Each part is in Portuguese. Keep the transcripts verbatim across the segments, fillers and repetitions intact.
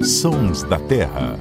Sons da Terra.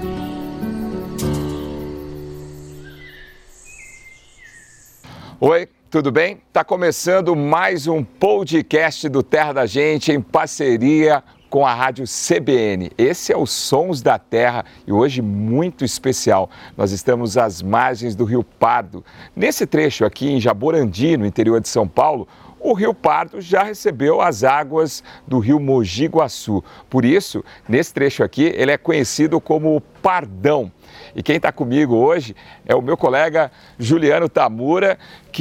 Oi, tudo bem? Tá começando mais um podcast do Terra da Gente em parceria com a Rádio C B N. Esse é o Sons da Terra e hoje muito especial. Nós estamos às margens do Rio Pardo. Nesse trecho aqui em Jaborandi, no interior de São Paulo, o Rio Pardo já recebeu as águas do rio Mogi Guaçu. Por isso, nesse trecho aqui, ele é conhecido como Pardão. E quem está comigo hoje é o meu colega Juliano Tamura,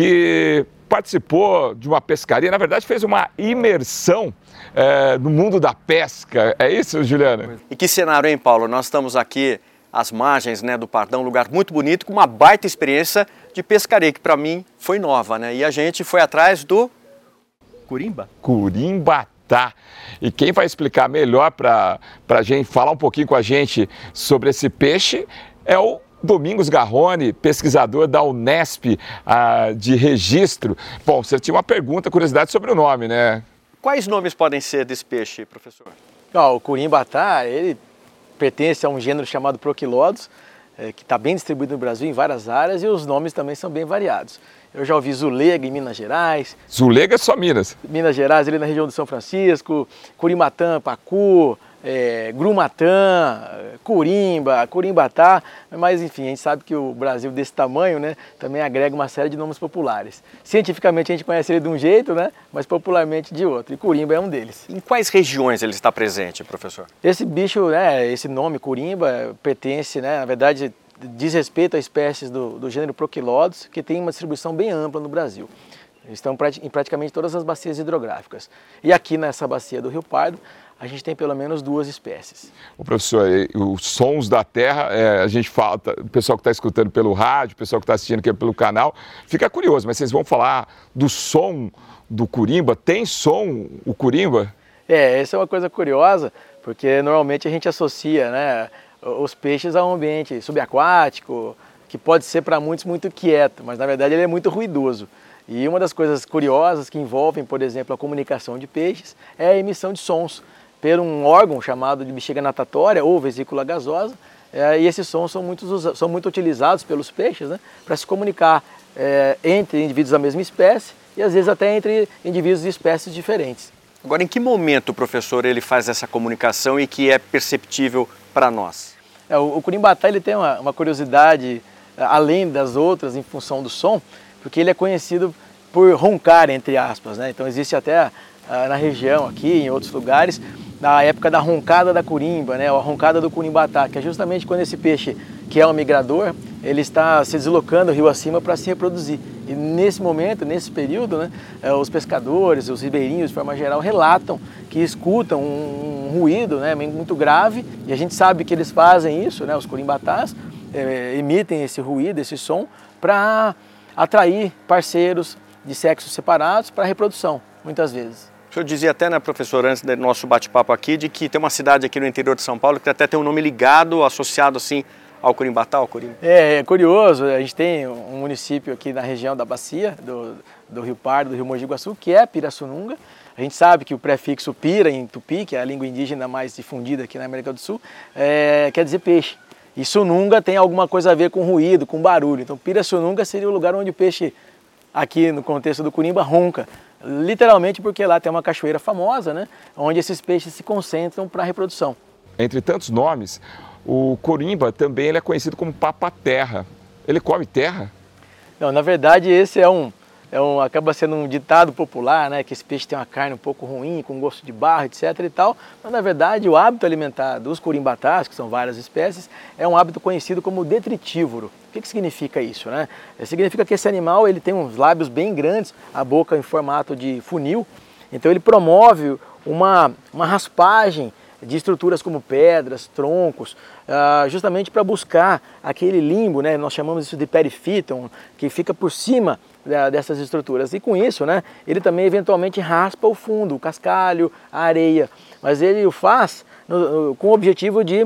que participou de uma pescaria, na verdade fez uma imersão é, no mundo da pesca. É isso, Juliano? E que cenário, hein, Paulo? Nós estamos aqui às margens, né, do Pardão, um lugar muito bonito, com uma baita experiência de pescaria, que para mim foi nova, né? E a gente foi atrás do Curimba. Curimbatá. E quem vai explicar melhor para a gente, falar um pouquinho com a gente sobre esse peixe, é o Domingos Garrone, pesquisador da Unesp ah, de registro. Bom, você tinha uma pergunta, curiosidade sobre o nome, né? Quais nomes podem ser desse peixe, professor? Oh, o Curimbatá, ele pertence a um gênero chamado Proquilodos, é, que está bem distribuído no Brasil em várias áreas, e os nomes também são bem variados. Eu já ouvi Zulega em Minas Gerais. Zulega é só Minas? Minas Gerais, ali na região de São Francisco, Curimatã, Pacu, é, Grumatã, Curimba, Curimbatá, mas enfim, a gente sabe que o Brasil desse tamanho, né, também agrega uma série de nomes populares. Cientificamente a gente conhece ele de um jeito, né, mas popularmente de outro, e Curimba é um deles. Em quais regiões ele está presente, professor? Esse bicho, né, esse nome Curimba pertence, né, na verdade, diz respeito a espécies do, do gênero Proquilodos, que tem uma distribuição bem ampla no Brasil. Estão em praticamente todas as bacias hidrográficas. E aqui nessa bacia do Rio Pardo, a gente tem pelo menos duas espécies. O professor, os Sons da Terra, é, a gente fala, o pessoal que está escutando pelo rádio, o pessoal que está assistindo aqui pelo canal, fica curioso, mas vocês vão falar do som do Curimba? Tem som o Curimba? É, essa é uma coisa curiosa, porque normalmente a gente associa, né, os peixes a um ambiente subaquático, que pode ser para muitos muito quieto, mas na verdade ele é muito ruidoso. E uma das coisas curiosas que envolvem, por exemplo, a comunicação de peixes é a emissão de sons por um órgão chamado de bexiga natatória ou vesícula gasosa, é, e esses sons são muito, são muito utilizados pelos peixes, né, para se comunicar é, entre indivíduos da mesma espécie e às vezes até entre indivíduos de espécies diferentes. Agora, em que momento, professor, ele faz essa comunicação e que é perceptível para nós? É, o, o Curimbatá ele tem uma, uma curiosidade além das outras em função do som, porque ele é conhecido por roncar, entre aspas, né? Então existe até ah, na região aqui, em outros lugares, na época da roncada da curimba, né? Ou a roncada do Curimbatá, que é justamente quando esse peixe, que é um migrador, ele está se deslocando rio acima para se reproduzir. E nesse momento, nesse período, né, os pescadores, os ribeirinhos, de forma geral, relatam que escutam um, um ruído, né, muito grave, e a gente sabe que eles fazem isso, né, os curimbatás é, emitem esse ruído, esse som, para atrair parceiros de sexos separados para a reprodução, muitas vezes. O senhor dizia até, né, professor, antes do nosso bate-papo aqui, de que tem uma cidade aqui no interior de São Paulo que até tem um nome ligado, associado assim ao Curimbatá, ao Curimba. É, é curioso, a gente tem um município aqui na região da bacia, do, do Rio Pardo, do Rio Mogi Guaçu, que é Pirassununga. A gente sabe que o prefixo pira em tupi, que é a língua indígena mais difundida aqui na América do Sul, é, quer dizer peixe. E sununga tem alguma coisa a ver com ruído, com barulho. Então Pirassununga seria o lugar onde o peixe, aqui no contexto do Curimba, ronca. Literalmente porque lá tem uma cachoeira famosa, né, onde esses peixes se concentram para a reprodução. Entre tantos nomes, o Curimba também ele é conhecido como papa-terra. Ele come terra? Não, na verdade esse é um, é um, acaba sendo um ditado popular, né, que esse peixe tem uma carne um pouco ruim, com gosto de barro, etc e tal, mas na verdade o hábito alimentar dos curimbatás, que são várias espécies, é um hábito conhecido como detritívoro. O que, que significa isso, né? Significa que esse animal ele tem uns lábios bem grandes, a boca em formato de funil, então ele promove uma, uma raspagem de estruturas como pedras, troncos, justamente para buscar aquele limbo, né? Nós chamamos isso de perifíton, que fica por cima dessas estruturas. E com isso, né, ele também eventualmente raspa o fundo, o cascalho, a areia. Mas ele o faz no, com o objetivo de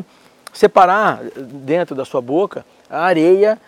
separar dentro da sua boca a areia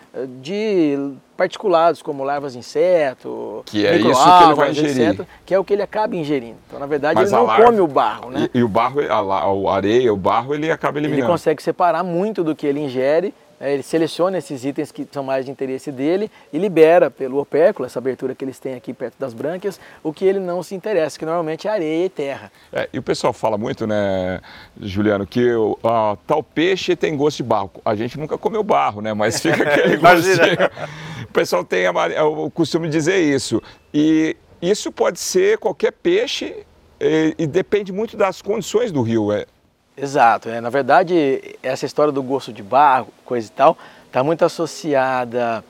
de particulados, como larvas de inseto, que é isso que ele vai ingerir, etcétera, que é o que ele acaba ingerindo. Então, na verdade, Mas ele não larva, come o barro, né? E, e o barro, a, a areia, o barro, ele acaba eliminando. Ele consegue separar muito do que ele ingere, né? Ele seleciona esses itens que são mais de interesse dele e libera pelo opérculo, essa abertura que eles têm aqui perto das brânquias, o que ele não se interessa, que normalmente é areia e terra. É, e o pessoal fala muito, né, Juliano, que uh, tal peixe tem gosto de barro. A gente nunca comeu barro, né, mas fica aquele gostinho. O pessoal tem a, o costume de dizer isso. E isso pode ser qualquer peixe e, e depende muito das condições do rio. É. Exato. É, na verdade, essa história do gosto de barro, coisa e tal, está muito associada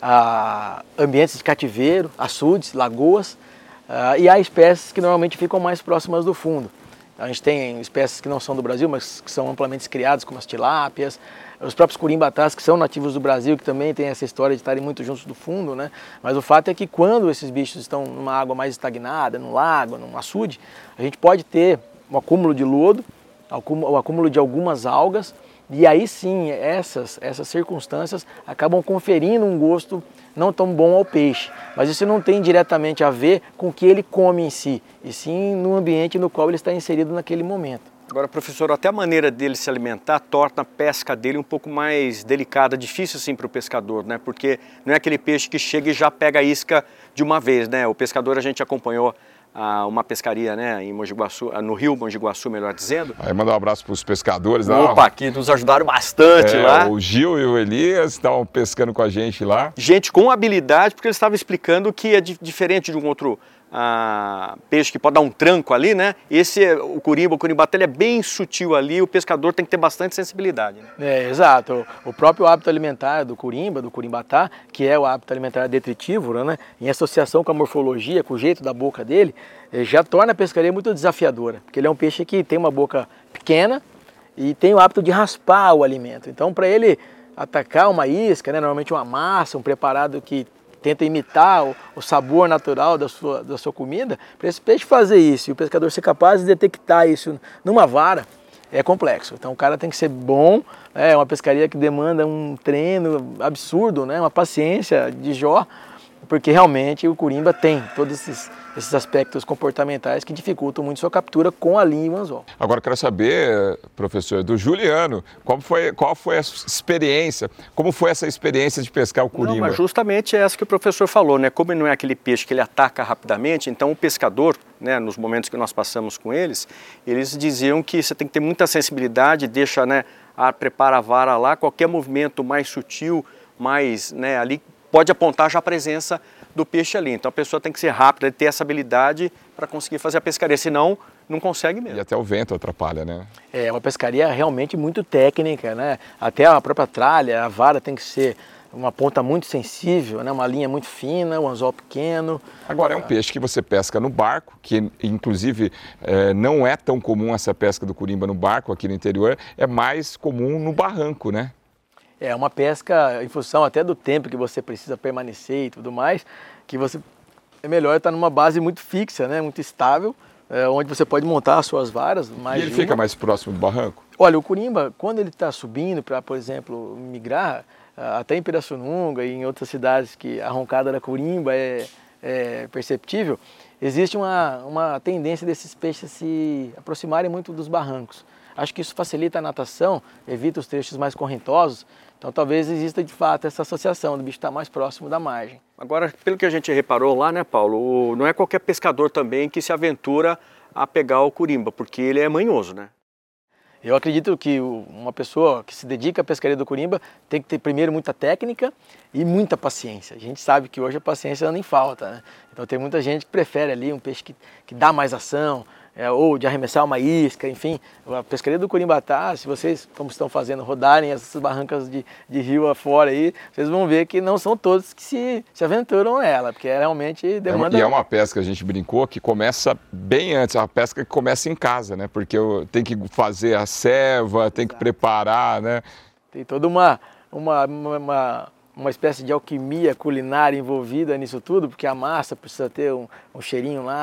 a ambientes de cativeiro, açudes, lagoas, uh, e há espécies que normalmente ficam mais próximas do fundo. A gente tem espécies que não são do Brasil, mas que são amplamente criadas, como as tilápias, os próprios curimbatás, que são nativos do Brasil, que também tem essa história de estarem muito juntos do fundo, né? Mas o fato é que quando esses bichos estão numa água mais estagnada, num lago, num açude, a gente pode ter um acúmulo de lodo, o acúmulo de algumas algas, e aí sim, essas, essas circunstâncias acabam conferindo um gosto não tão bom ao peixe. Mas isso não tem diretamente a ver com o que ele come em si, e sim no ambiente no qual ele está inserido naquele momento. Agora, professor, até a maneira dele se alimentar torna a pesca dele um pouco mais delicada, difícil assim para o pescador, né? Porque não é aquele peixe que chega e já pega a isca de uma vez, né? O pescador, a gente acompanhou ah, uma pescaria, né, em Mogi Guaçu, no rio Mogi Guaçu, melhor dizendo. Aí mandar um abraço para os pescadores. Opa, não. que nos ajudaram bastante é, lá. O Gil e o Elias estavam pescando com a gente lá. Gente com habilidade, porque eles estavam explicando que é di diferente de um outro ah, peixe que pode dar um tranco ali, né? Esse, o curimba, o curimbatá, ele é bem sutil ali, o pescador tem que ter bastante sensibilidade. Né? É, exato. O próprio hábito alimentar do curimba, do curimbatá, que é o hábito alimentar detritívoro, né? Em associação com a morfologia, com o jeito da boca dele, já torna a pescaria muito desafiadora, porque ele é um peixe que tem uma boca pequena e tem o hábito de raspar o alimento. Então, para ele atacar uma isca, né, normalmente uma massa, um preparado que tenta imitar o, o sabor natural da sua, da sua comida, para esse peixe fazer isso e o pescador ser capaz de detectar isso numa vara, é complexo. Então o cara tem que ser bom, é uma pescaria que demanda um treino absurdo, né, uma paciência de Jó, porque realmente o curimba tem todos esses, esses aspectos comportamentais que dificultam muito sua captura com a linha e o anzol. Agora eu quero saber, professor, do Juliano, qual foi, qual foi a experiência, como foi essa experiência de pescar o curimba? Não, mas justamente é essa que o professor falou, né? Como ele não é aquele peixe que ele ataca rapidamente, então o pescador, né, nos momentos que nós passamos com eles, eles diziam que você tem que ter muita sensibilidade, deixa, né, a, prepara a vara lá, qualquer movimento mais sutil, mais, né, ali, pode apontar já a presença do peixe ali. Então a pessoa tem que ser rápida, ter essa habilidade para conseguir fazer a pescaria, senão não consegue mesmo. E até o vento atrapalha, né? É uma pescaria realmente muito técnica, né? Até a própria tralha, a vara tem que ser uma ponta muito sensível, né? Uma linha muito fina, um anzol pequeno. Agora é um peixe que você pesca no barco, que inclusive é, não é tão comum essa pesca do curimba no barco aqui no interior, é mais comum no barranco, né? É uma pesca, em função até do tempo que você precisa permanecer e tudo mais, que você é melhor estar numa base muito fixa, né, muito estável, é, onde você pode montar as suas varas. Mais e ele uma. Fica mais próximo do barranco? Olha, o curimba, quando ele está subindo para, por exemplo, migrar, até em Pirassununga e em outras cidades que a roncada da curimba é, é perceptível, existe uma, uma tendência desses peixes se aproximarem muito dos barrancos. Acho que isso facilita a natação, evita os trechos mais correntosos, então talvez exista de fato essa associação do bicho estar mais próximo da margem. Agora, pelo que a gente reparou lá, né, Paulo, o, não é qualquer pescador também que se aventura a pegar o curimba, porque ele é manhoso, né? Eu acredito que uma pessoa que se dedica à pescaria do curimba tem que ter primeiro muita técnica e muita paciência. A gente sabe que hoje a paciência anda em falta, né? Então tem muita gente que prefere ali um peixe que, que dá mais ação, É, ou de arremessar uma isca, enfim. A pescaria do curimbatá, se vocês, como estão fazendo, rodarem essas barrancas de, de rio afora aí, vocês vão ver que não são todos que se, se aventuram nela, porque é realmente demanda... É, e é uma pesca, a gente brincou, que começa bem antes, é uma pesca que começa em casa, né? Porque eu, tem que fazer a ceva, tem que preparar, né? Tem toda uma... uma, uma uma espécie de alquimia culinária envolvida nisso tudo, porque a massa precisa ter um, um cheirinho lá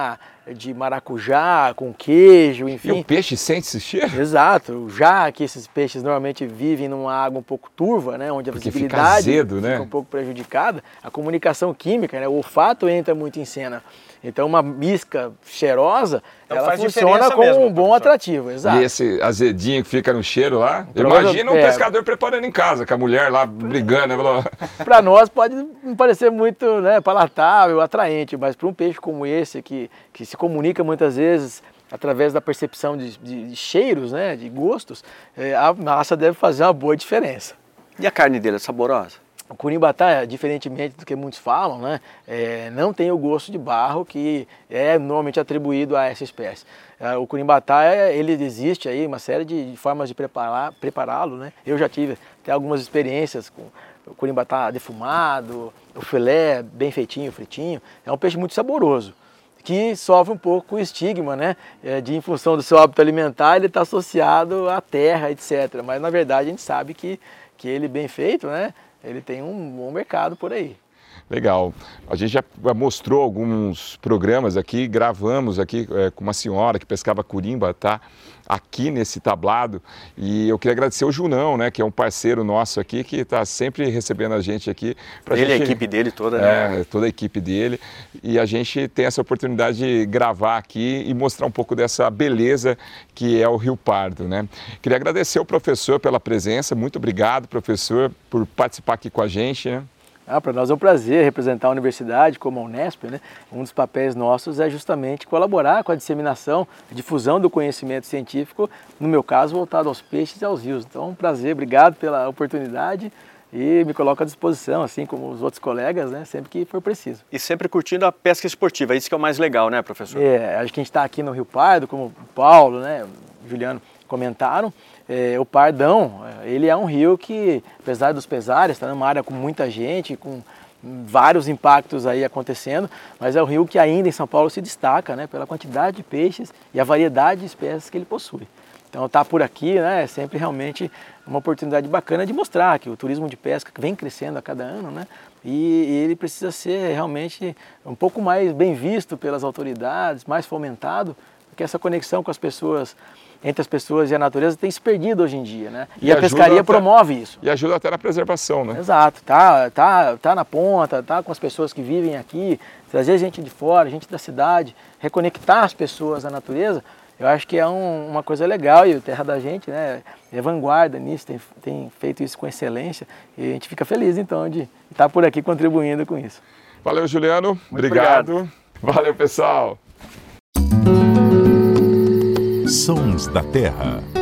de maracujá, com queijo, enfim. E o peixe sente esse cheiro? Exato, já que esses peixes normalmente vivem numa água um pouco turva, né, onde a Porque visibilidade fica azedo, fica né? um pouco prejudicada, a comunicação química, né, o olfato entra muito em cena. Então uma isca cheirosa, então, ela faz funciona como mesmo, um bom professor. atrativo, exato. E esse azedinho que fica no cheiro lá, Prova- imagina um é. pescador preparando em casa, com a mulher lá brigando. Falou... Para nós pode não parecer muito, né, palatável, atraente, mas para um peixe como esse, que, que se comunica muitas vezes através da percepção de, de, de cheiros, né, de gostos, é, a massa deve fazer uma boa diferença. E a carne dele é saborosa? O curimbatá, diferentemente do que muitos falam, né, é, não tem o gosto de barro que é normalmente atribuído a essa espécie. É, o curimbatá, é, ele existe aí uma série de, de formas de preparar, prepará-lo, né? Eu já tive até algumas experiências com o curimbatá defumado, o filé bem feitinho, fritinho. É um peixe muito saboroso, que sofre um pouco com o estigma, né, de, em função do seu hábito alimentar, ele está associado à terra, etcétera. Mas na verdade a gente sabe que, que ele bem feito, né, ele tem um bom mercado por aí. Legal. A gente já mostrou alguns programas aqui, gravamos aqui é, com uma senhora que pescava curimbatá aqui nesse tablado, e eu queria agradecer o Junão, né, que é um parceiro nosso aqui, que está sempre recebendo a gente aqui. Pra Ele e gente, a equipe dele toda, é, né? toda a equipe dele, e a gente tem essa oportunidade de gravar aqui e mostrar um pouco dessa beleza que é o Rio Pardo, né. Queria agradecer ao professor pela presença, muito obrigado, professor, por participar aqui com a gente, né. Ah, para nós é um prazer representar a universidade como a Unesp, né? Um dos papéis nossos é justamente colaborar com a disseminação, a difusão do conhecimento científico, no meu caso, voltado aos peixes e aos rios. Então, um prazer, obrigado pela oportunidade e me coloco à disposição, assim como os outros colegas, né? Sempre que for preciso. E sempre curtindo a pesca esportiva, isso que é o mais legal, né, professor? É, acho que a gente está aqui no Rio Pardo, como o Paulo, né, o Juliano comentaram. É, o Pardão, ele é um rio que, apesar dos pesares, está numa área com muita gente, com vários impactos aí acontecendo, mas é um rio que ainda em São Paulo se destaca, né, pela quantidade de peixes e a variedade de espécies que ele possui. Então estar por aqui, né, é sempre realmente uma oportunidade bacana de mostrar que o turismo de pesca vem crescendo a cada ano, né, e, e ele precisa ser realmente um pouco mais bem visto pelas autoridades, mais fomentado, porque essa conexão com as pessoas, entre as pessoas e a natureza tem se perdido hoje em dia, né? E, e a pescaria até, promove isso. E ajuda até na preservação, né? Exato, tá, tá, tá na ponta, tá com as pessoas que vivem aqui, trazer gente de fora, gente da cidade, reconectar as pessoas à natureza, eu acho que é um, uma coisa legal, e o Terra da Gente, né, é vanguarda nisso, tem, tem feito isso com excelência, e a gente fica feliz então de estar por aqui contribuindo com isso. Valeu, Juliano, Muito obrigado. obrigado. Valeu, pessoal. Sons da Terra.